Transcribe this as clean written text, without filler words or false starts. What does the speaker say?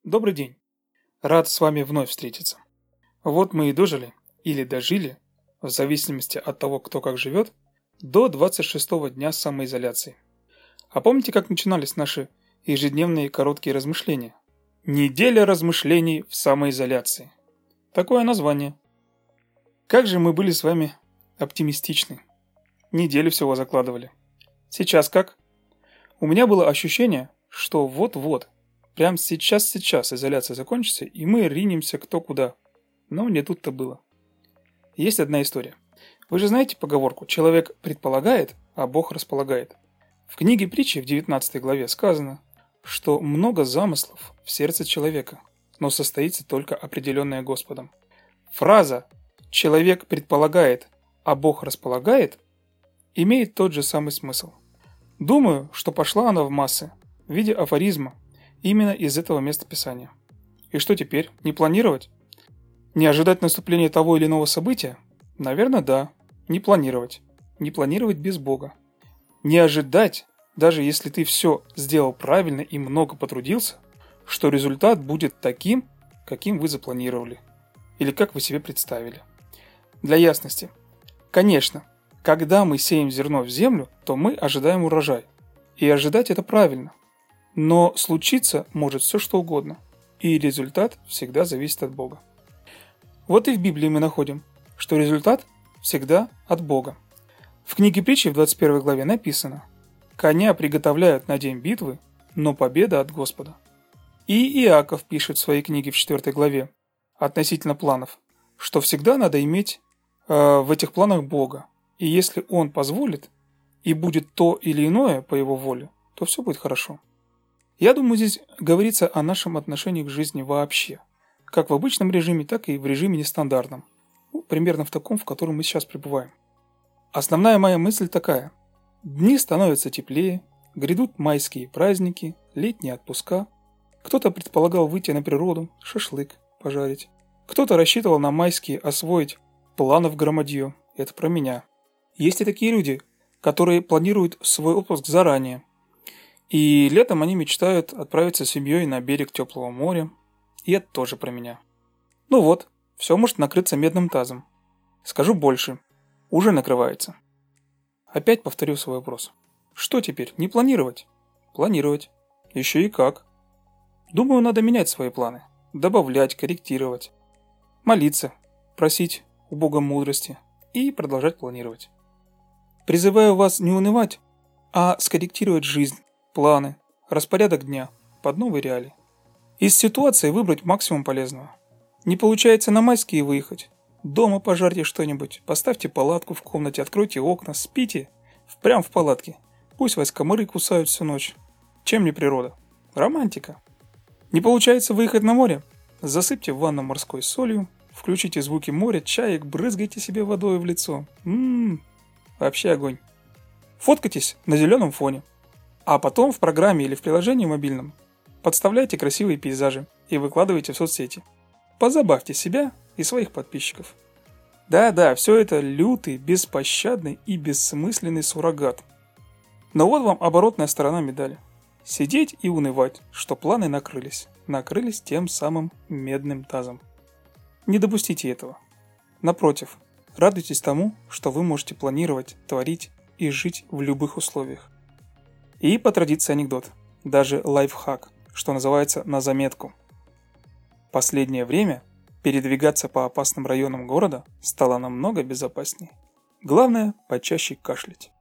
Добрый день. Рад с вами вновь встретиться. Вот мы и дожили, или дожили, в зависимости от того, кто как живет, до 26-го дня самоизоляции. А помните, как начинались наши ежедневные короткие размышления? Неделя размышлений в самоизоляции. Такое название. Как же мы были с вами оптимистичны. Неделю всего закладывали. Сейчас как? У меня было ощущение, что вот-вот, прямо сейчас изоляция закончится, и мы ринемся кто куда. Но не тут-то было. Есть одна история. Вы же знаете поговорку «человек предполагает, а Бог располагает». В книге притчи в 19 главе сказано, что много замыслов в сердце человека, но состоится только определенное Господом. Фраза «человек предполагает, а Бог располагает» имеет тот же самый смысл. Думаю, что пошла она в массы в виде афоризма именно из этого места Писания. И что теперь? Не планировать? Не ожидать наступления того или иного события? Наверное, да. Не планировать. Не планировать без Бога. Не ожидать, даже если ты все сделал правильно и много потрудился, что результат будет таким, каким вы запланировали. Или как вы себе представили. Для ясности. Конечно, когда мы сеем зерно в землю, то мы ожидаем урожай. И ожидать это правильно. Но случиться может все что угодно. И результат всегда зависит от Бога. Вот и в Библии мы находим, что результат всегда от Бога. В книге притчи в 21 главе написано: «Коня приготовляют на день битвы, но победа от Господа». И Иаков пишет в своей книге в 4 главе относительно планов, что всегда надо иметь в этих планах Бога. И если Он позволит, и будет то или иное по Его воле, то все будет хорошо. Я думаю, здесь говорится о нашем отношении к жизни вообще. Как в обычном режиме, так и в режиме нестандартном. Примерно в таком, в котором мы сейчас пребываем. Основная моя мысль такая. Дни становятся теплее, грядут майские праздники, летние отпуска. Кто-то предполагал выйти на природу, шашлык пожарить. Кто-то рассчитывал на майские освоить планов громадье. Это про меня. Есть и такие люди, которые планируют свой отпуск заранее. И летом они мечтают отправиться с семьей на берег теплого моря. И это тоже про меня. Ну вот, все может накрыться медным тазом. Скажу больше. Уже накрывается. Опять повторю свой вопрос. Что теперь, не планировать? Планировать. Еще и как. Думаю, надо менять свои планы. Добавлять, корректировать. Молиться. Просить у Бога мудрости. И продолжать планировать. Призываю вас не унывать, а скорректировать жизнь, планы, распорядок дня под новые реалии. Из ситуации выбрать максимум полезного. Не получается на майские выехать? Дома пожарьте что-нибудь, поставьте палатку в комнате, откройте окна, спите прямо в палатке. Пусть вас комары кусают всю ночь. Чем не природа? Романтика. Не получается выехать на море? Засыпьте ванну морской солью, включите звуки моря, чаек, брызгайте себе водой в лицо. Вообще огонь. Фоткайтесь на зеленом фоне. А потом в программе или в приложении мобильном подставляйте красивые пейзажи и выкладывайте в соцсети. Позабавьте себя и своих подписчиков. Да, все это лютый, беспощадный и бессмысленный суррогат. Но вот вам оборотная сторона медали. Сидеть и унывать, что планы накрылись. Накрылись тем самым медным тазом. Не допустите этого. Напротив, радуйтесь тому, что вы можете планировать, творить и жить в любых условиях. И по традиции анекдот, даже лайфхак, что называется на заметку. Последнее время передвигаться по опасным районам города стало намного безопаснее. Главное, почаще кашлять.